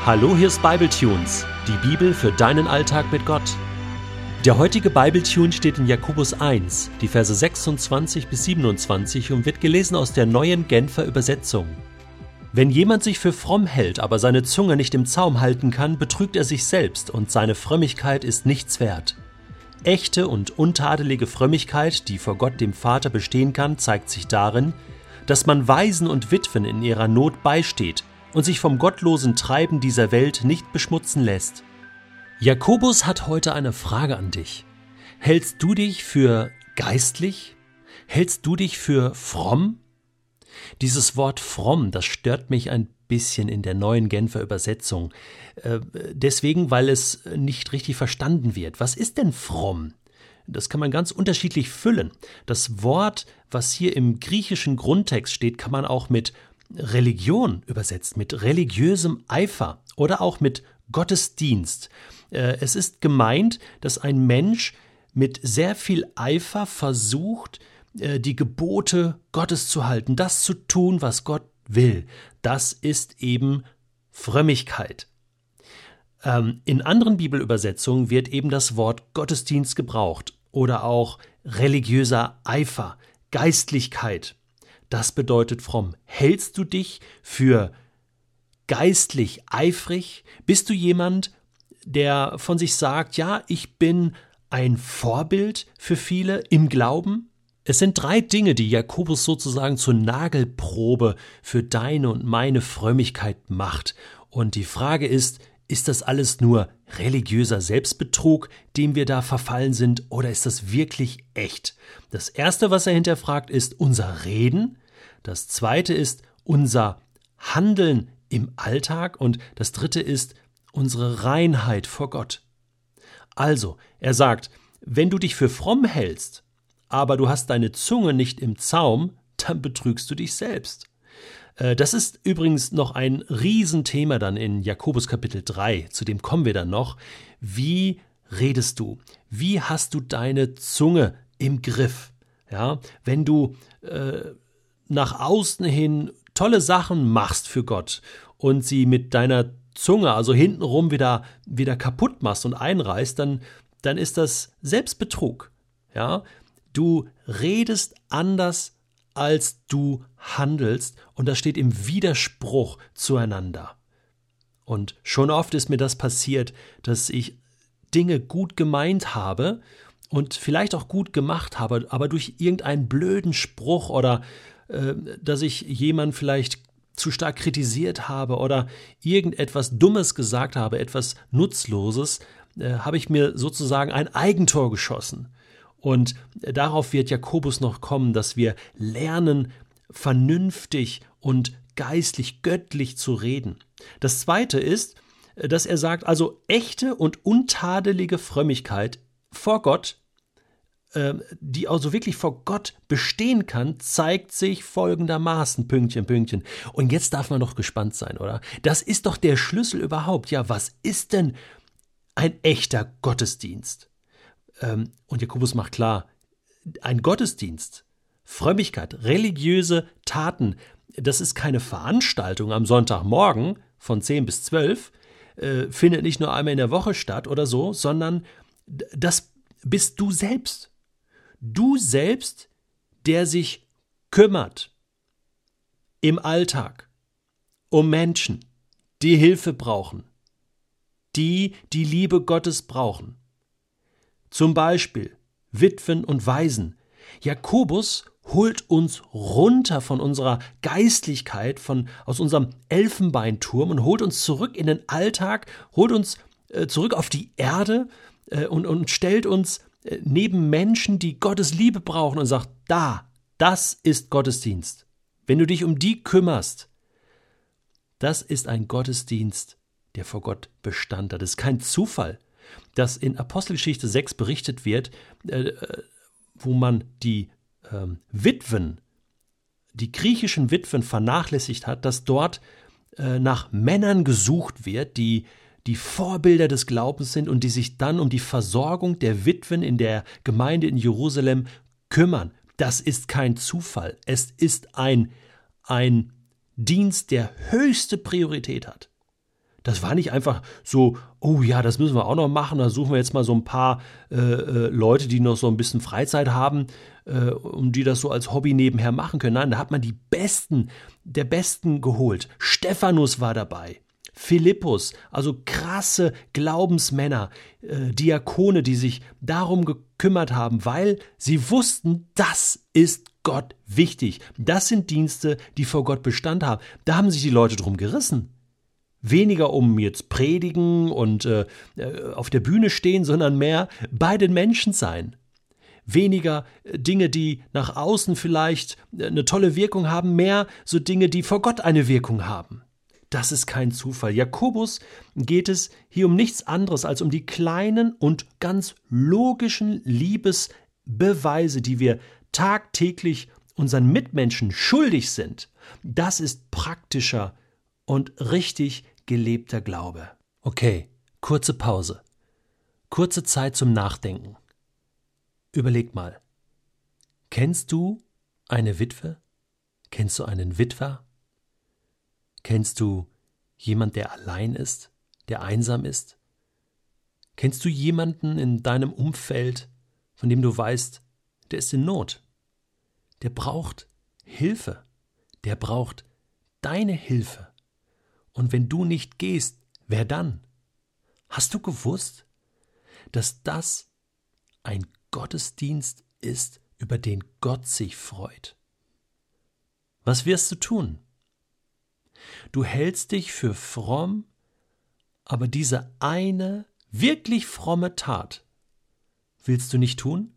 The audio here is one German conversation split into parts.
Hallo, hier ist Bibletunes, die Bibel für deinen Alltag mit Gott. Der heutige Bibletune steht in Jakobus 1, die Verse 26 bis 27 und wird gelesen aus der neuen Genfer Übersetzung. Wenn jemand sich für fromm hält, aber seine Zunge nicht im Zaum halten kann, betrügt er sich selbst und seine Frömmigkeit ist nichts wert. Echte und untadelige Frömmigkeit, die vor Gott dem Vater bestehen kann, zeigt sich darin, dass man Waisen und Witwen in ihrer Not beisteht und sich vom gottlosen Treiben dieser Welt nicht beschmutzen lässt. Jakobus hat heute eine Frage an dich. Hältst du dich für geistlich? Hältst du dich für fromm? Dieses Wort fromm, das stört mich ein bisschen in der neuen Genfer Übersetzung. Deswegen, weil es nicht richtig verstanden wird. Was ist denn fromm? Das kann man ganz unterschiedlich füllen. Das Wort, was hier im griechischen Grundtext steht, kann man auch mit Religion übersetzt, mit religiösem Eifer oder auch mit Gottesdienst. Es ist gemeint, dass ein Mensch mit sehr viel Eifer versucht, die Gebote Gottes zu halten, das zu tun, was Gott will. Das ist eben Frömmigkeit. In anderen Bibelübersetzungen wird eben das Wort Gottesdienst gebraucht oder auch religiöser Eifer, Geistlichkeit. Das bedeutet fromm. Hältst du dich für geistlich eifrig? Bist du jemand, der von sich sagt, ja, ich bin ein Vorbild für viele im Glauben? Es sind 3 Dinge, die Jakobus sozusagen zur Nagelprobe für deine und meine Frömmigkeit macht. Und die Frage ist das alles nur religiöser Selbstbetrug, dem wir da verfallen sind, oder ist das wirklich echt? Das Erste, was er hinterfragt, ist unser Reden. Das Zweite ist unser Handeln im Alltag. Und das Dritte ist unsere Reinheit vor Gott. Also, er sagt, wenn du dich für fromm hältst, aber du hast deine Zunge nicht im Zaum, dann betrügst du dich selbst. Das ist übrigens noch ein Riesenthema dann in Jakobus Kapitel 3, zu dem kommen wir dann noch. Wie redest du? Wie hast du deine Zunge im Griff? Ja, wenn du nach außen hin tolle Sachen machst für Gott und sie mit deiner Zunge, also hintenrum wieder kaputt machst und einreißt, dann ist das Selbstbetrug. Ja, du redest anders, als du handelst, und das steht im Widerspruch zueinander. Und schon oft ist mir das passiert, dass ich Dinge gut gemeint habe und vielleicht auch gut gemacht habe, aber durch irgendeinen blöden Spruch oder dass ich jemanden vielleicht zu stark kritisiert habe oder irgendetwas Dummes gesagt habe, etwas Nutzloses, habe ich mir sozusagen ein Eigentor geschossen. Und darauf wird Jakobus noch kommen, dass wir lernen, vernünftig und geistlich, göttlich zu reden. Das Zweite ist, dass er sagt, also echte und untadelige Frömmigkeit vor Gott, die also wirklich vor Gott bestehen kann, zeigt sich folgendermaßen, Pünktchen, Pünktchen. Und jetzt darf man doch gespannt sein, oder? Das ist doch der Schlüssel überhaupt. Ja, was ist denn ein echter Gottesdienst? Und Jakobus macht klar, ein Gottesdienst, Frömmigkeit, religiöse Taten, das ist keine Veranstaltung am Sonntagmorgen von 10 bis 12, findet nicht nur einmal in der Woche statt oder so, sondern das bist du selbst. Du selbst, der sich kümmert im Alltag um Menschen, die Hilfe brauchen, die die Liebe Gottes brauchen. Zum Beispiel Witwen und Waisen. Jakobus holt uns runter von unserer Geistlichkeit, aus unserem Elfenbeinturm und holt uns zurück in den Alltag, holt uns zurück auf die Erde und stellt uns neben Menschen, die Gottes Liebe brauchen, und sagt, das ist Gottesdienst. Wenn du dich um die kümmerst, das ist ein Gottesdienst, der vor Gott Bestand hat. Das ist kein Zufall, dass in Apostelgeschichte 6 berichtet wird, wo man die Witwen, die griechischen Witwen vernachlässigt hat, dass dort nach Männern gesucht wird, die Vorbilder des Glaubens sind und die sich dann um die Versorgung der Witwen in der Gemeinde in Jerusalem kümmern. Das ist kein Zufall. Es ist ein Dienst, der höchste Priorität hat. Das war nicht einfach so, oh ja, das müssen wir auch noch machen, da suchen wir jetzt mal so ein paar Leute, die noch so ein bisschen Freizeit haben, die das so als Hobby nebenher machen können. Nein, da hat man die Besten der Besten geholt. Stephanus war dabei. Philippus, also krasse Glaubensmänner, Diakone, die sich darum gekümmert haben, weil sie wussten, das ist Gott wichtig. Das sind Dienste, die vor Gott Bestand haben. Da haben sich die Leute drum gerissen. Weniger um jetzt predigen und auf der Bühne stehen, sondern mehr bei den Menschen sein. Weniger Dinge, die nach außen vielleicht eine tolle Wirkung haben, mehr so Dinge, die vor Gott eine Wirkung haben. Das ist kein Zufall. Jakobus geht es hier um nichts anderes als um die kleinen und ganz logischen Liebesbeweise, die wir tagtäglich unseren Mitmenschen schuldig sind. Das ist praktischer und richtig gelebter Glaube. Okay, kurze Pause. Kurze Zeit zum Nachdenken. Überleg mal. Kennst du eine Witwe? Kennst du einen Witwer? Kennst du jemand, der allein ist, der einsam ist? Kennst du jemanden in deinem Umfeld, von dem du weißt, der ist in Not? Der braucht Hilfe. Der braucht deine Hilfe. Und wenn du nicht gehst, wer dann? Hast du gewusst, dass das ein Gottesdienst ist, über den Gott sich freut? Was wirst du tun? Du hältst dich für fromm, aber diese eine wirklich fromme Tat willst du nicht tun?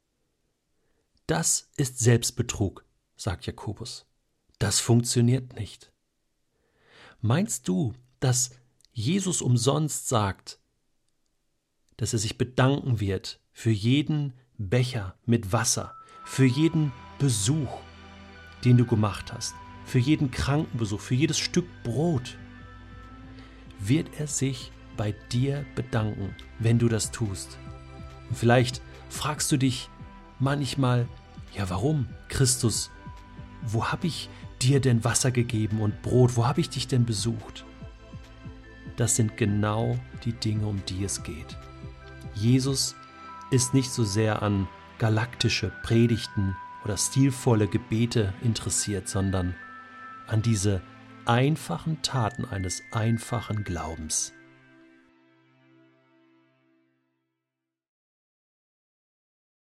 Das ist Selbstbetrug, sagt Jakobus. Das funktioniert nicht. Meinst du, dass Jesus umsonst sagt, dass er sich bedanken wird für jeden Becher mit Wasser, für jeden Besuch, den du gemacht hast, für jeden Krankenbesuch, für jedes Stück Brot? Wird er sich bei dir bedanken, wenn du das tust? Und vielleicht fragst du dich manchmal, ja warum, Christus, wo habe ich dir denn Wasser gegeben und Brot, wo habe ich dich denn besucht? Das sind genau die Dinge, um die es geht. Jesus ist nicht so sehr an galaktische Predigten oder stilvolle Gebete interessiert, sondern an diese einfachen Taten eines einfachen Glaubens.